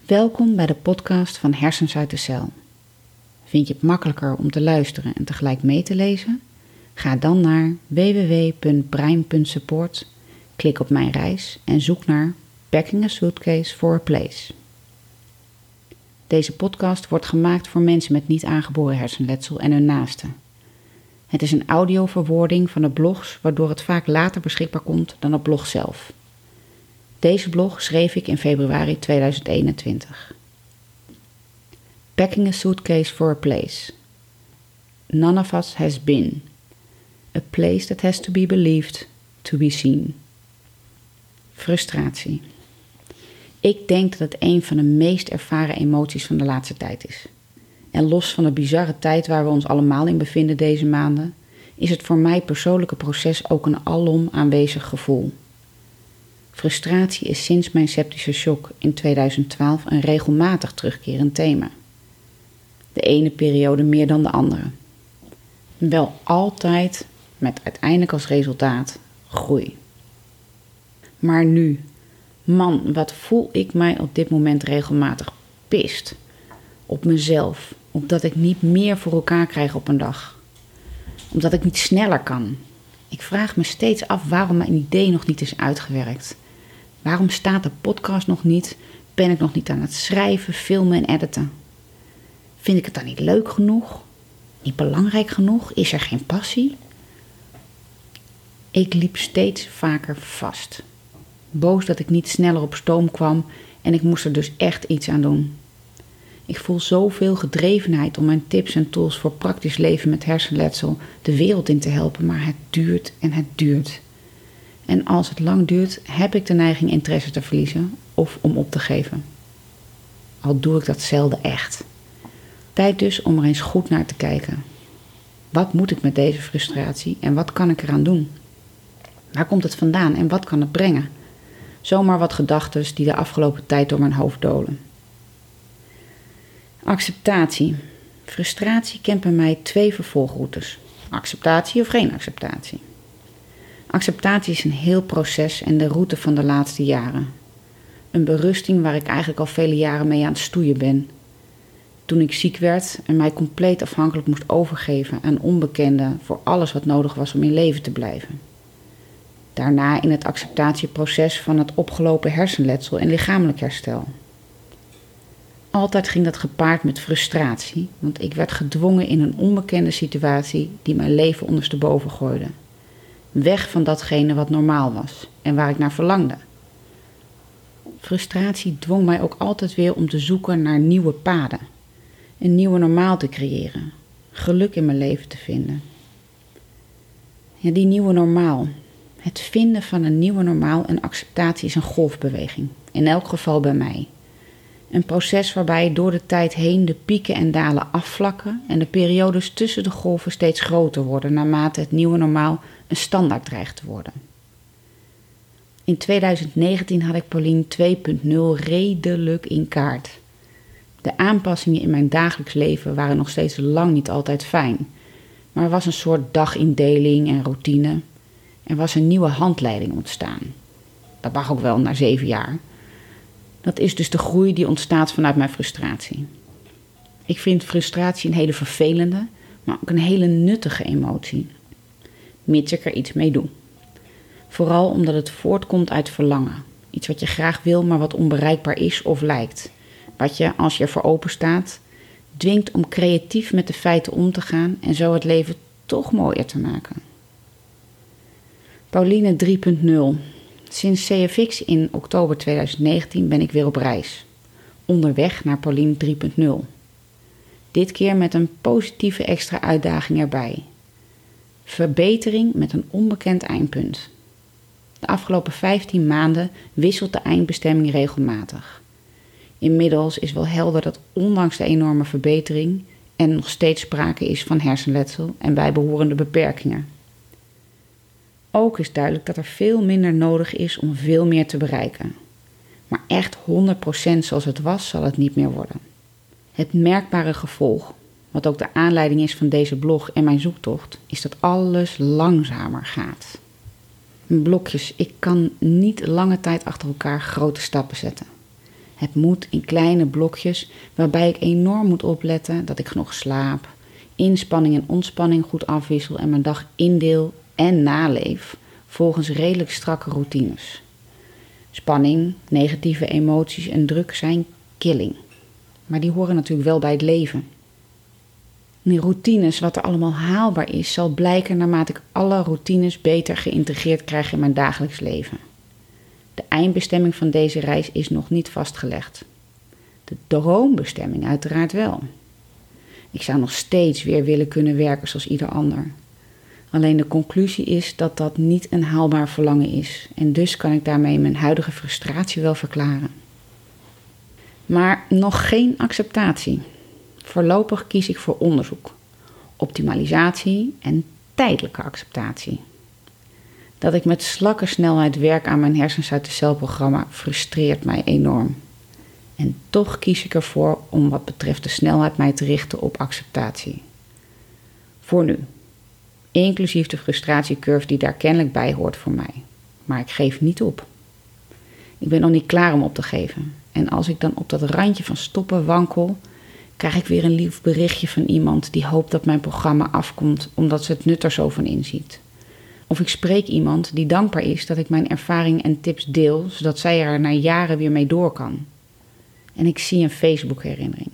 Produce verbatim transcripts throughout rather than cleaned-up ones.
Welkom bij de podcast van Hersens uit de Cel. Vind je het makkelijker om te luisteren en tegelijk mee te lezen? Ga dan naar w w w punt brein punt support, klik op mijn reis en zoek naar Packing a Suitcase for a Place. Deze podcast wordt gemaakt voor mensen met niet aangeboren hersenletsel en hun naasten. Het is een audioverwoording van de blogs, waardoor het vaak later beschikbaar komt dan het blog zelf. Deze blog schreef ik in februari tweeduizend eenentwintig. Packing a Suitcase for a Place. None of us has been. A place that has to be believed, to be seen. Frustratie. Ik denk dat het een van de meest ervaren emoties van de laatste tijd is. En los van de bizarre tijd waar we ons allemaal in bevinden deze maanden, is het voor mij persoonlijke proces ook een alom aanwezig gevoel. Frustratie is sinds mijn septische shock in tweeduizend twaalf een regelmatig terugkerend thema. De ene periode meer dan de andere. Wel altijd met uiteindelijk als resultaat groei. Maar nu, man, wat voel ik mij op dit moment regelmatig pist. Op mezelf, omdat ik niet meer voor elkaar krijg op een dag. Omdat ik niet sneller kan. Ik vraag me steeds af waarom mijn idee nog niet is uitgewerkt. Waarom staat de podcast nog niet? Ben ik nog niet aan het schrijven, filmen en editen? Vind ik het dan niet leuk genoeg? Niet belangrijk genoeg? Is er geen passie? Ik liep steeds vaker vast. Boos dat ik niet sneller op stoom kwam en ik moest er dus echt iets aan doen. Ik voel zoveel gedrevenheid om mijn tips en tools voor praktisch leven met hersenletsel de wereld in te helpen, maar het duurt en het duurt. En als het lang duurt, heb ik de neiging interesse te verliezen of om op te geven. Al doe ik dat zelden echt. Tijd dus om er eens goed naar te kijken. Wat moet ik met deze frustratie en wat kan ik eraan doen? Waar komt het vandaan en wat kan het brengen? Zomaar wat gedachten die de afgelopen tijd door mijn hoofd dolen. Acceptatie. Frustratie kent bij mij twee vervolgroutes. Acceptatie of geen acceptatie. Acceptatie is een heel proces en de route van de laatste jaren. Een berusting waar ik eigenlijk al vele jaren mee aan het stoeien ben. Toen ik ziek werd en mij compleet afhankelijk moest overgeven aan onbekenden voor alles wat nodig was om in leven te blijven. Daarna in het acceptatieproces van het opgelopen hersenletsel en lichamelijk herstel. Altijd ging dat gepaard met frustratie, want ik werd gedwongen in een onbekende situatie die mijn leven ondersteboven gooide. Weg van datgene wat normaal was en waar ik naar verlangde. Frustratie dwong mij ook altijd weer om te zoeken naar nieuwe paden. Een nieuwe normaal te creëren. Geluk in mijn leven te vinden. Ja, die nieuwe normaal. Het vinden van een nieuwe normaal en acceptatie is een golfbeweging. In elk geval bij mij. Een proces waarbij door de tijd heen de pieken en dalen afvlakken en de periodes tussen de golven steeds groter worden naarmate het nieuwe normaal een standaard dreigt te worden. In tweeduizend negentien had ik Pauline twee punt nul redelijk in kaart. De aanpassingen in mijn dagelijks leven waren nog steeds lang niet altijd fijn, maar er was een soort dagindeling en routine. Er was een nieuwe handleiding ontstaan. Dat mag ook wel na zeven jaar. Dat is dus de groei die ontstaat vanuit mijn frustratie. Ik vind frustratie een hele vervelende, maar ook een hele nuttige emotie. Mits ik er iets mee doe. Vooral omdat het voortkomt uit verlangen. Iets wat je graag wil, maar wat onbereikbaar is of lijkt. Wat je, als je ervoor open staat, dwingt om creatief met de feiten om te gaan en zo het leven toch mooier te maken. Pauline drie punt nul. Sinds C F X in oktober tweeduizend negentien ben ik weer op reis. Onderweg naar Pauline drie punt nul. Dit keer met een positieve extra uitdaging erbij. Verbetering met een onbekend eindpunt. De afgelopen vijftien maanden wisselt de eindbestemming regelmatig. Inmiddels is wel helder dat ondanks de enorme verbetering er nog steeds sprake is van hersenletsel en bijbehorende beperkingen. Ook is duidelijk dat er veel minder nodig is om veel meer te bereiken. Maar echt honderd procent zoals het was, zal het niet meer worden. Het merkbare gevolg, wat ook de aanleiding is van deze blog en mijn zoektocht, is dat alles langzamer gaat. Blokjes, ik kan niet lange tijd achter elkaar grote stappen zetten. Het moet in kleine blokjes waarbij ik enorm moet opletten dat ik genoeg slaap, inspanning en ontspanning goed afwissel en mijn dag indeel en naleef volgens redelijk strakke routines. Spanning, negatieve emoties en druk zijn killing. Maar die horen natuurlijk wel bij het leven. Die routines, wat er allemaal haalbaar is, zal blijken naarmate ik alle routines beter geïntegreerd krijg in mijn dagelijks leven. De eindbestemming van deze reis is nog niet vastgelegd. De droombestemming uiteraard wel. Ik zou nog steeds weer willen kunnen werken zoals ieder ander. Alleen de conclusie is dat dat niet een haalbaar verlangen is. En dus kan ik daarmee mijn huidige frustratie wel verklaren. Maar nog geen acceptatie. Voorlopig kies ik voor onderzoek, optimalisatie en tijdelijke acceptatie. Dat ik met slakkensnelheid werk aan mijn hersens uit de celprogramma frustreert mij enorm. En toch kies ik ervoor om wat betreft de snelheid mij te richten op acceptatie. Voor nu. Inclusief de frustratiecurve die daar kennelijk bij hoort voor mij. Maar ik geef niet op. Ik ben nog niet klaar om op te geven. En als ik dan op dat randje van stoppen wankel, krijg ik weer een lief berichtje van iemand die hoopt dat mijn programma afkomt omdat ze het nut er zo van inziet. Of ik spreek iemand die dankbaar is dat ik mijn ervaringen en tips deel, zodat zij er na jaren weer mee door kan. En ik zie een Facebook-herinnering.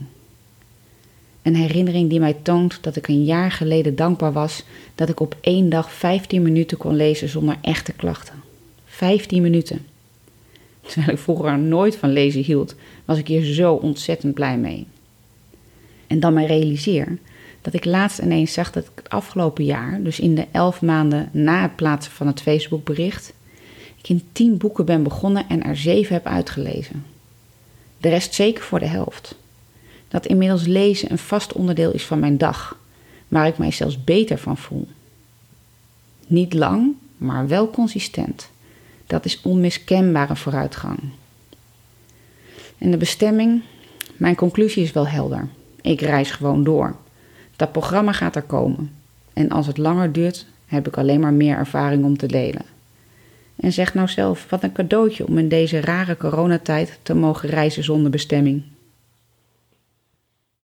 Een herinnering die mij toont dat ik een jaar geleden dankbaar was dat ik op één dag vijftien minuten kon lezen zonder echte klachten. vijftien minuten. Terwijl ik vroeger nooit van lezen hield, was ik hier zo ontzettend blij mee. En dan mij realiseer dat ik laatst ineens zag dat ik het afgelopen jaar, dus in de elf maanden na het plaatsen van het Facebookbericht, ik in tien boeken ben begonnen en er zeven heb uitgelezen. De rest zeker voor de helft. Dat inmiddels lezen een vast onderdeel is van mijn dag, waar ik mij zelfs beter van voel. Niet lang, maar wel consistent. Dat is onmiskenbare vooruitgang. En de bestemming? Mijn conclusie is wel helder. Ik reis gewoon door. Dat programma gaat er komen. En als het langer duurt, heb ik alleen maar meer ervaring om te delen. En zeg nou zelf, wat een cadeautje om in deze rare coronatijd te mogen reizen zonder bestemming.